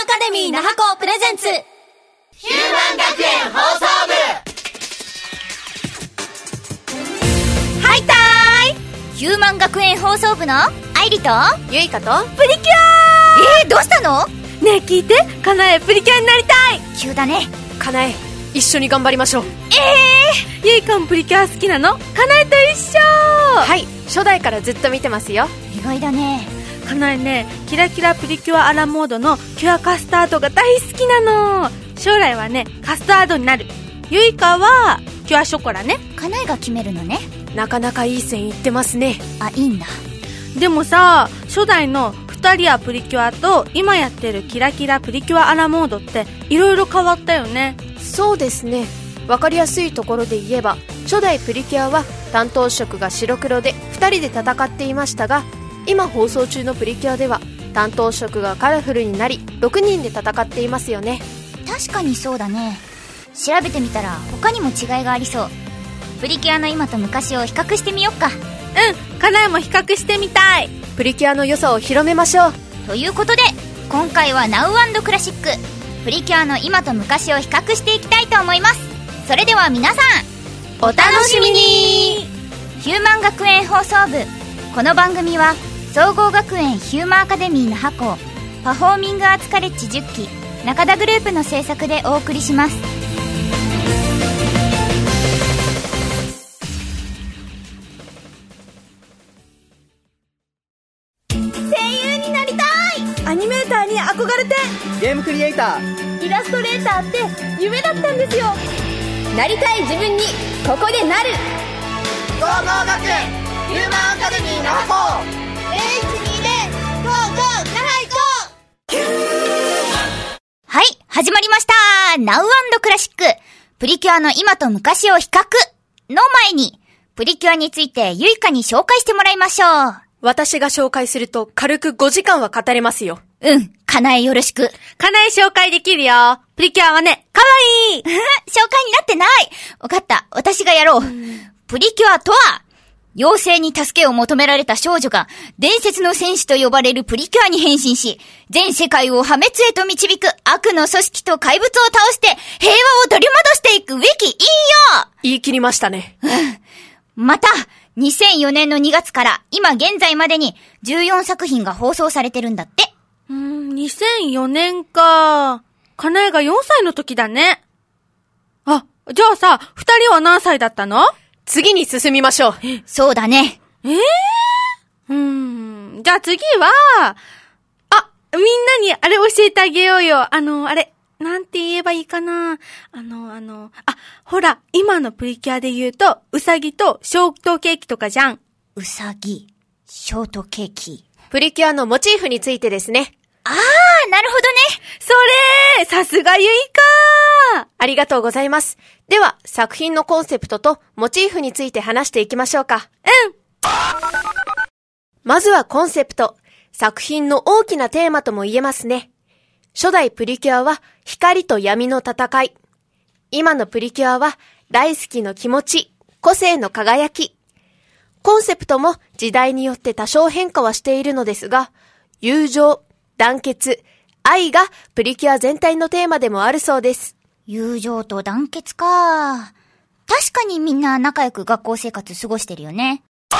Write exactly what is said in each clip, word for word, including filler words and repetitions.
アカデミー那覇校プレゼンツヒューマン学園放送部。はいたーい、ヒューマン学園放送部の愛理とゆいかとプリキュア。えー、どうしたの？ ねえ聞いて、かなえプリキュアになりたい。 急だね。 かなえ、一緒に頑張りましょう。 えー、ゆいかもプリキュア好きなの？かなえと一緒。 はい、初代からずっと見てますよ。 意外だね。 かなえね、キラキラプリキュアアラモードのキュアカスタードが大好きなの。将来はね、カスタードになる。ゆいかはキュアショコラね。 かなえが決めるのね。 なかなかいい線いってますね。 あ、いいんだ。 でもさ、初代のふたりはプリキュアと今やってるキラキラプリキュアアラモードっていろいろ変わったよね。 そうですね。わかりやすいところで言えば、初代プリキュアは担当色が白黒でふたりで戦っていましたが、今放送中のプリキュアでは担当色がカラフルになりろくにんで戦っていますよね。 確かにそうだね。調べてみたら他にも違いがありそう。プリキュアの今と昔を比較してみよっか。 うん、かなえも比較してみたい。 プリキュアの良さを広めましょう。 ということで今回は ナウ & クラシックプリキュアの今と昔を比較していきたいと思います。それでは皆さんお楽しみに。 ヒューマン学園放送部。この番組は総合学園ヒューマンアカデミー那覇校パフォーミングアーツカレッジじゅっき中田グループの制作でお送りします。 声優になりたい。 アニメーターに憧れて。 ゲームクリエイター、 イラストレーターって夢だったんですよ。なりたい自分にここでなる。 総合学園ヒューマンアカデミー那覇校エイチにでゴーゴーなはいこう。 はい、始まりました ナウ & クラシックプリキュアの今と昔を比較の前にプリキュアについてゆいかに紹介してもらいましょう。 私が紹介すると軽くごじかんは語れますよ。 うん、かなえよろしく。 かなえ紹介できるよ。プリキュアはね、かわいい。 紹介になってない。わかった、私がやろう。プリキュアとは妖精に助けを求められた少女が伝説の戦士と呼ばれるプリキュアに変身し、全世界を破滅へと導く悪の組織と怪物を倒して平和を取り戻していくウェキいいよ。 言い切りましたね。 またにせんよねんのにがつから今現在までにじゅうよんさくひんが放送されてるんだって。 うーん、にせんよねんか。かなえがよんさいの時だね。あ、じゃあさ、二人は何歳だったの？ 次に進みましょう。 そうだね。 えー、うーん。じゃあ次は、あ、みんなにあれ教えてあげようよ。あの、あれ、なんて言えばいいかな。あの、あの、あ、ほら、今のプリキュアで言うと、うさぎとショートケーキとかじゃん。 うさぎ、ショートケーキ。 プリキュアのモチーフについてですね。 あー、なるほどね。 それさすがゆいか。 ありがとうございます。では、作品のコンセプトとモチーフについて話していきましょうか。 うん。 まずはコンセプト。作品の大きなテーマとも言えますね。初代プリキュアは光と闇の戦い。今のプリキュアは大好きの気持ち、個性の輝き。コンセプトも時代によって多少変化はしているのですが、友情、団結、愛がプリキュア全体のテーマでもあるそうです。 友情と団結か。確かにみんな仲良く学校生活過ごしてるよね。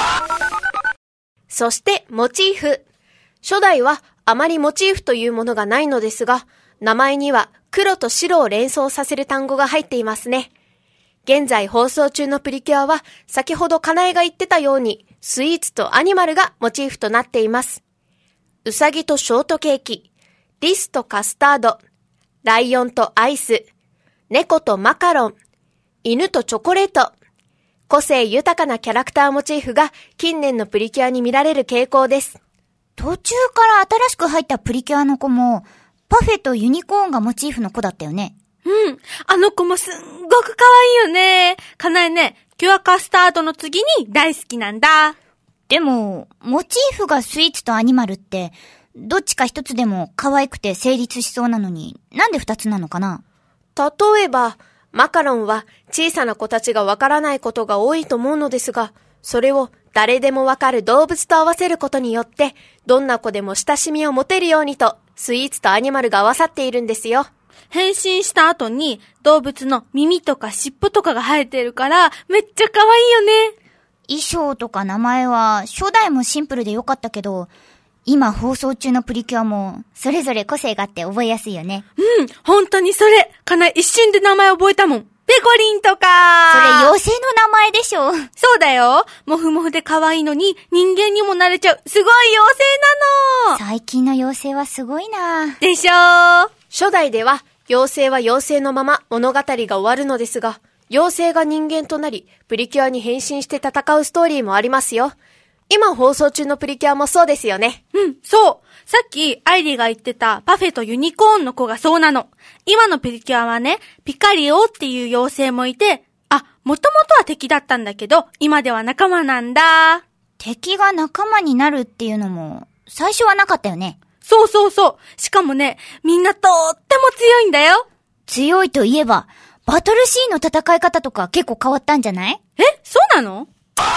そしてモチーフ。初代はあまりモチーフというものがないのですが、名前には黒と白を連想させる単語が入っていますね。現在放送中のプリキュアは先ほどかなえが言ってたようにスイーツとアニマルがモチーフとなっています。うさぎとショートケーキ、リスとカスタード、ライオンとアイス、猫とマカロン、犬とチョコレート。個性豊かなキャラクターモチーフが近年のプリキュアに見られる傾向です。 途中から新しく入ったプリキュアの子もパフェとユニコーンがモチーフの子だったよね。 うん。あの子もすんごく可愛いよね。かなえね、キュアカスタードの次に大好きなんだ。 でも、モチーフがスイーツとアニマルって、どっちか一つでも可愛くて成立しそうなのに、なんで二つなのかな？ 例えば、マカロンは小さな子たちがわからないことが多いと思うのですが、それを誰でもわかる動物と合わせることによって、どんな子でも親しみを持てるようにとスイーツとアニマルが合わさっているんですよ。 変身した後に動物の耳とか尻尾とかが生えてるからめっちゃ可愛いよね。 衣装とか名前は初代もシンプルでよかったけど、今放送中のプリキュアもそれぞれ個性があって覚えやすいよね。 うん、本当にそれ。かな一瞬で名前覚えたもん。ペコリンとか。 それ妖精の名前でしょ。 そうだよ。もふもふで可愛いのに人間にもなれちゃう。すごい妖精なの。 最近の妖精はすごいな。 でしょー。 初代では妖精は妖精のまま物語が終わるのですが、妖精が人間となりプリキュアに変身して戦うストーリーもありますよ。今放送中のプリキュアもそうですよね。 うん、そう。さっきアイリが言ってたパフェとユニコーンの子がそうなの。今のプリキュアはね、ピカリオっていう妖精もいて、あ、もともとは敵だったんだけど、今では仲間なんだ。 敵が仲間になるっていうのも最初はなかったよね。 そうそうそう。しかもね、みんなとっても強いんだよ。 強いといえば、バトルシーンの戦い方とか結構変わったんじゃない？ え、そうなの？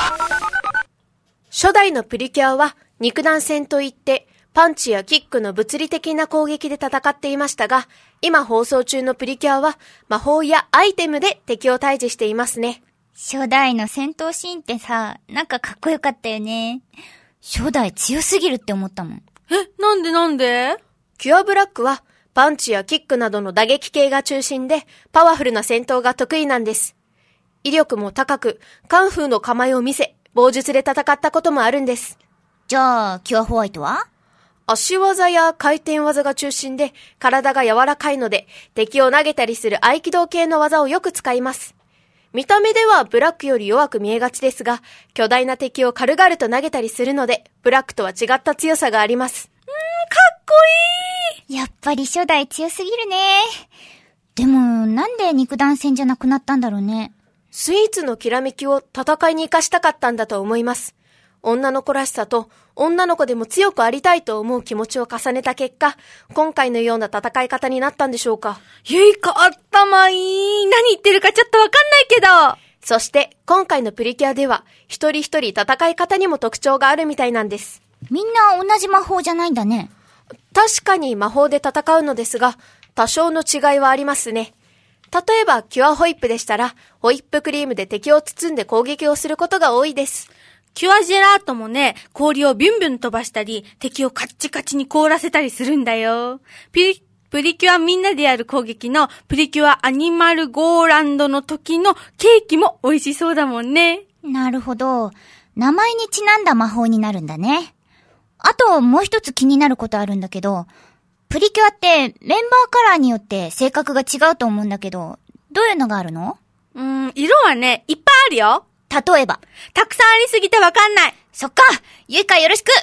初代のプリキュアは肉弾戦といってパンチやキックの物理的な攻撃で戦っていましたが、今放送中のプリキュアは魔法やアイテムで敵を退治していますね。 初代の戦闘シーンってさ、なんかかっこよかったよね。初代強すぎるって思ったもん。 え、なんでなんで？ キュアブラックはパンチやキックなどの打撃系が中心でパワフルな戦闘が得意なんです。威力も高く、カンフーの構えを見せ、棒術で戦ったこともあるんです。 じゃあ、キュアホワイトは？ 足技や回転技が中心で体が柔らかいので敵を投げたりする合気道系の技をよく使います。見た目ではブラックより弱く見えがちですが、巨大な敵を軽々と投げたりするので、ブラックとは違った強さがあります。 うーん、かっこいい。 やっぱり初代強すぎるね。でも、なんで肉弾戦じゃなくなったんだろうね。 スイーツのきらめきを戦いに生かしたかったんだと思います。女の子らしさと女の子でも強くありたいと思う気持ちを重ねた結果、今回のような戦い方になったんでしょうか。 ゆいか頭いい。何言ってるかちょっとわかんないけど。 そして今回のプリキュアでは一人一人戦い方にも特徴があるみたいなんです。 みんな同じ魔法じゃないんだね。 確かに魔法で戦うのですが、多少の違いはありますね。例えばキュアホイップでしたら、ホイップクリームで敵を包んで攻撃をすることが多いです。 キュアジェラートもね、氷をビュンビュン飛ばしたり、敵をカッチカチに凍らせたりするんだよ。プリ、プリキュアみんなでやる攻撃のプリキュアアニマルゴーランドの時のケーキも美味しそうだもんね。 なるほど。名前にちなんだ魔法になるんだね。あともう一つ気になることあるんだけど、プリキュアってメンバーカラーによって性格が違うと思うんだけど、どういうのがあるの？ うーん、色はね、いっぱいあるよ。 例えば。 たくさんありすぎてわかんない。 そっか、ゆいかよろしく。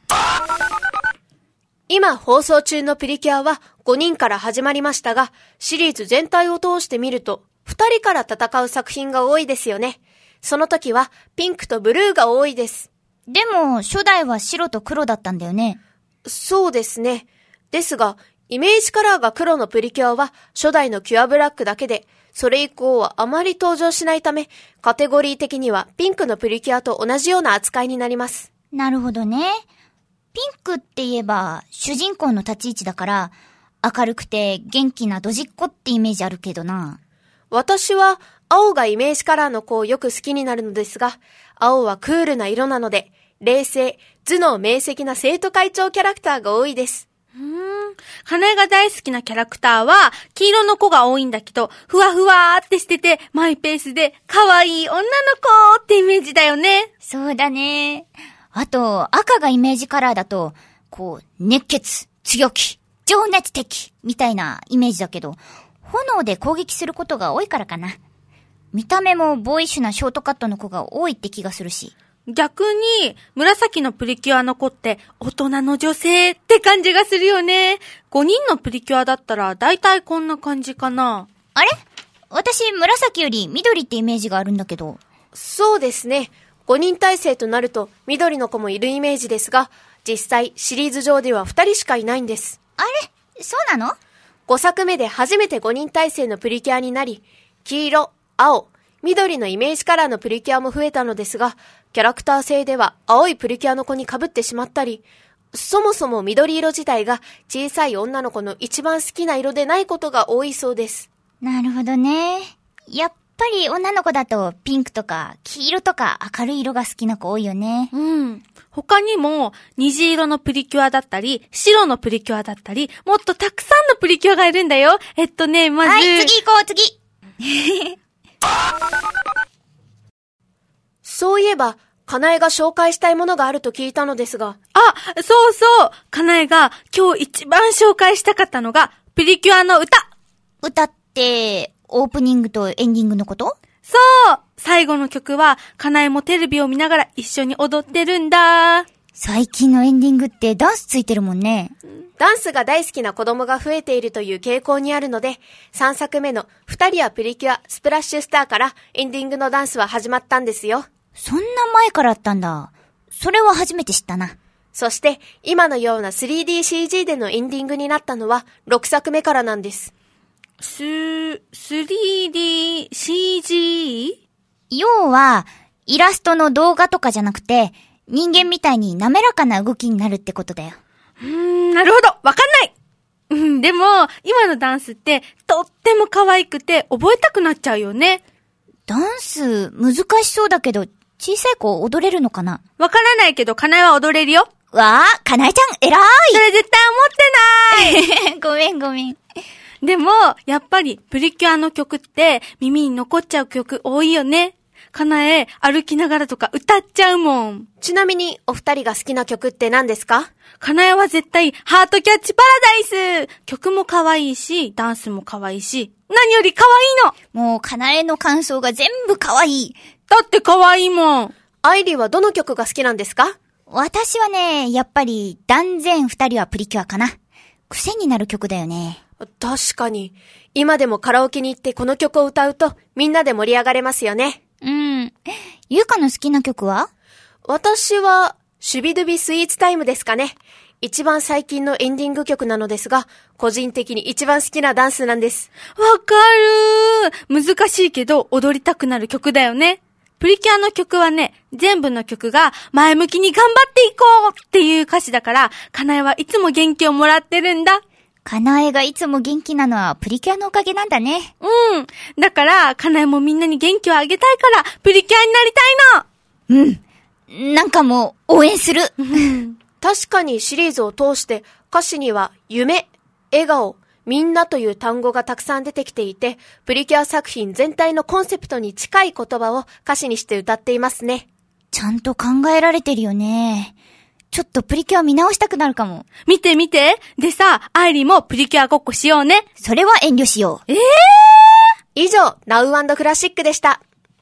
今放送中のプリキュアはごにんから始まりましたが、シリーズ全体を通して見るとふたりから戦う作品が多いですよね。その時はピンクとブルーが多いです。 でも初代は白と黒だったんだよね。 そうですね。ですがイメージカラーが黒のプリキュアは初代のキュアブラックだけで、それ以降はあまり登場しないため、カテゴリー的にはピンクのプリキュアと同じような扱いになります。 なるほどね。ピンクって言えば主人公の立ち位置だから、明るくて元気なドジっ子ってイメージあるけどな。 私は青がイメージカラーの子をよく好きになるのですが、青はクールな色なので、冷静、頭脳明晰な生徒会長キャラクターが多いです。 うーん。花江が大好きなキャラクターは黄色の子が多いんだけど、ふわふわーってしててマイペースで可愛い女の子ってイメージだよね。 そうだね。あと赤がイメージカラーだと、こう熱血、強気、情熱的みたいなイメージだけど、炎で攻撃することが多いからかな。見た目もボーイッシュなショートカットの子が多いって気がするし。 逆に、紫のプリキュアの子って大人の女性って感じがするよね。ごにんのプリキュアだったらだいたいこんな感じかな。 あれ？私紫より緑ってイメージがあるんだけど。 そうですね。ごにん体制となると緑の子もいるイメージですが、実際シリーズ上ではふたりしかいないんです。 あれ？そうなの？ ごさくめで初めてごにん体制のプリキュアになり、黄色、青、緑のイメージカラーのプリキュアも増えたのですが、キャラクター性では青いプリキュアの子に被ってしまったり、 そもそも緑色自体が小さい女の子の一番好きな色でないことが多いそうです。 なるほどね。やっぱり女の子だとピンクとか黄色とか明るい色が好きな子多いよね。 うん。他にも虹色のプリキュアだったり、白のプリキュアだったり、もっとたくさんのプリキュアがいるんだよ。えっとね、まず。 はい、次行こう、次。 そういえば、かなえが紹介したいものがあると聞いたのですが。 あ、そうそう。かなえが今日一番紹介したかったのが、プリキュアの歌。 歌って、オープニングとエンディングのこと？ そう最後の曲は、かなえもテレビを見ながら一緒に踊ってるんだ。 最近のエンディングってダンスついてるもんね。 ダンスが大好きな子供が増えているという傾向にあるので、さんさくめの二人はプリキュアスプラッシュスターからエンディングのダンスは始まったんですよ。 そんな前からあったんだ。それは初めて知ったな。 そして、今のような スリーディーシージー でのエンディングになったのはろくさくめからなんです。 ス、スリーディーシージー？ 要は、イラストの動画とかじゃなくて、人間みたいに滑らかな動きになるってことだよ。 うーん、なるほど、わかんない。うん、でも、今のダンスって、とっても可愛くて、覚えたくなっちゃうよね。 ダンス、難しそうだけど、小さい子踊れるのかな？ わからないけど、かなえは踊れるよ。 わー、かなえちゃん、偉い！ それ絶対思ってないごめんごめん。 でも、やっぱり、プリキュアの曲って、耳に残っちゃう曲多いよね。かなえ、歩きながらとか歌っちゃうもん。 ちなみに、お二人が好きな曲って何ですか？ かなえは絶対、ハートキャッチパラダイス。曲も可愛いし、ダンスも可愛いし、何より可愛いの。もう、かなえの感想が全部可愛い。 だって可愛いもん。 アイリーはどの曲が好きなんですか？ 私はね、やっぱり、断然二人はプリキュアかな。癖になる曲だよね。 確かに。今でもカラオケに行ってこの曲を歌うと、みんなで盛り上がれますよね。 うん。ゆうかの好きな曲は？ 私は、シュビドゥビスイーツタイムですかね。一番最近のエンディング曲なのですが、個人的に一番好きなダンスなんです。 わかるー。難しいけど踊りたくなる曲だよね。プリキュアの曲はね、全部の曲が前向きに頑張っていこうっていう歌詞だから、かなえはいつも元気をもらってるんだ。 かなえがいつも元気なのはプリキュアのおかげなんだね。 うん。だから、かなえもみんなに元気をあげたいから、プリキュアになりたいの。 うん。なんかもう、応援する。 確かにシリーズを通して、歌詞には、夢、笑顔、みんなという単語がたくさん出てきていて、プリキュア作品全体のコンセプトに近い言葉を歌詞にして歌っていますね。 ちゃんと考えられてるよね。ちょっとプリキュア見直したくなるかも。 見て見て。でさ、アイリもプリキュアごっこしようね。 それは遠慮しよう。 えー、 以上、ナウ&クラシックでした。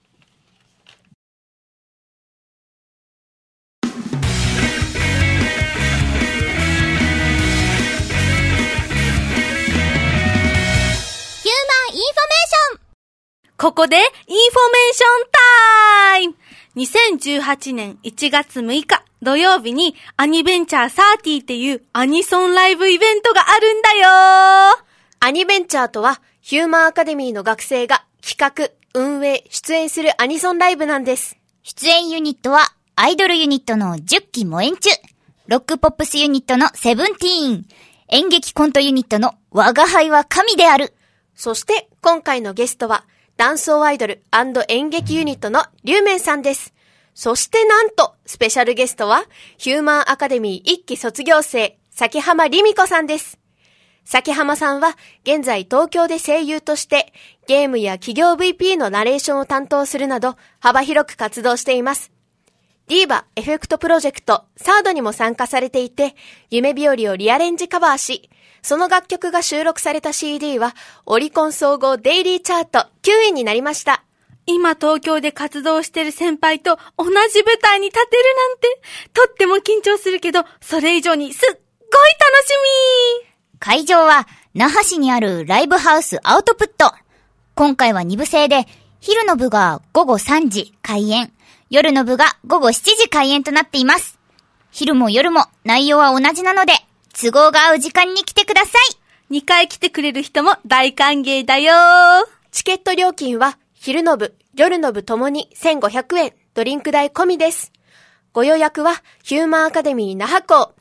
ここで、インフォメーションタイム !にせんじゅうはちねんいちがつむいか土曜日にアニベンチャーサーティーっていうアニソンライブイベントがあるんだよー。 アニベンチャーとはヒューマンアカデミーの学生が企画、運営、出演するアニソンライブなんです。 出演ユニットはアイドルユニットのじゅっきも演中、ロックポップスユニットのセブンティーン、演劇コントユニットの我が輩は神である。 そして今回のゲストはダンスアイドル&演劇ユニットのリュウメンさんです。そしてなんと、スペシャルゲストは、ヒューマンアカデミーいっき卒業生、崎浜りみこさんです。崎浜さんは、現在東京で声優として、ゲームや企業 ブイピー のナレーションを担当するなど、幅広く活動しています。ディーバエフェクトプロジェクトサードにも参加されていて、夢日和をリアレンジカバーし、その楽曲が収録された シーディー は、オリコン総合デイリーチャートきゅういになりました。 今東京で活動してる先輩と同じ舞台に立てるなんて、とっても緊張するけど、それ以上にすっごい楽しみ。 会場は、那覇市にあるライブハウスアウトプット。今回はに部制で、昼の部がごごさんじ開演、夜の部がごごしちじ開演となっています。昼も夜も内容は同じなので、都合が合う時間に来てください。 にかい来てくれる人も大歓迎だよ。 チケット料金は昼の部、夜の部ともにせんごひゃくえん、ドリンク代込みです。ご予約はヒューマンアカデミー那覇校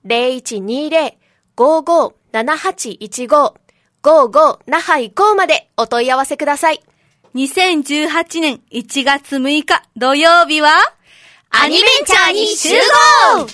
ゼロいちにゼロ ごーごーななはちいちご ごーごー那覇行こうまでお問い合わせください。 にせんじゅうはちねんいちがつむいか土曜日はアニベンチャーに集合。 歩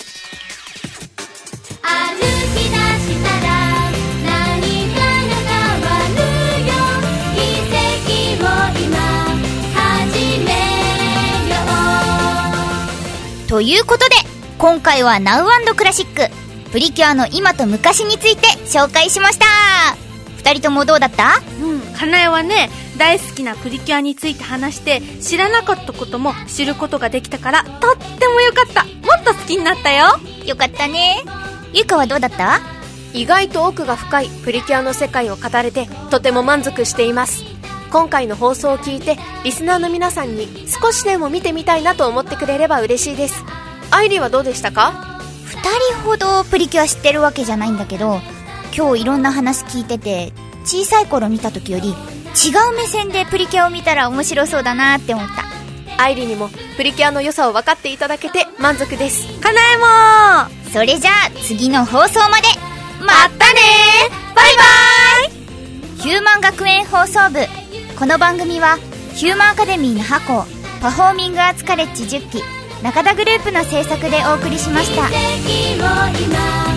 き出したら何かが変わるよ。奇跡を今始めよう。 ということで、今回は Now and クラシックプリキュアの今と昔について紹介しました。二人ともどうだった？ うん、かなえはね、大好きなプリキュアについて話して知らなかったことも知ることができたからとってもよかった。もっと好きになったよ。 よかったね。ゆかはどうだった？ 意外と奥が深いプリキュアの世界を語れてとても満足しています。今回の放送を聞いてリスナーの皆さんに少しでも見てみたいなと思ってくれれば嬉しいです。愛理はどうでしたか？ 二人ほどプリキュア知ってるわけじゃないんだけど、今日いろんな話聞いてて、小さい頃見た時より違う目線でプリキュアを見たら面白そうだなって思った。 愛理にもプリキュアの良さを分かっていただけて満足です。 かなえもそれじゃあ次の放送までまたねー。バイバイ。 ヒューマン学園放送部。この番組はヒューマンアカデミーのハコ、パフォーミングアーツカレッジじゅっき、中田グループの制作でお送りしました。 奇跡を今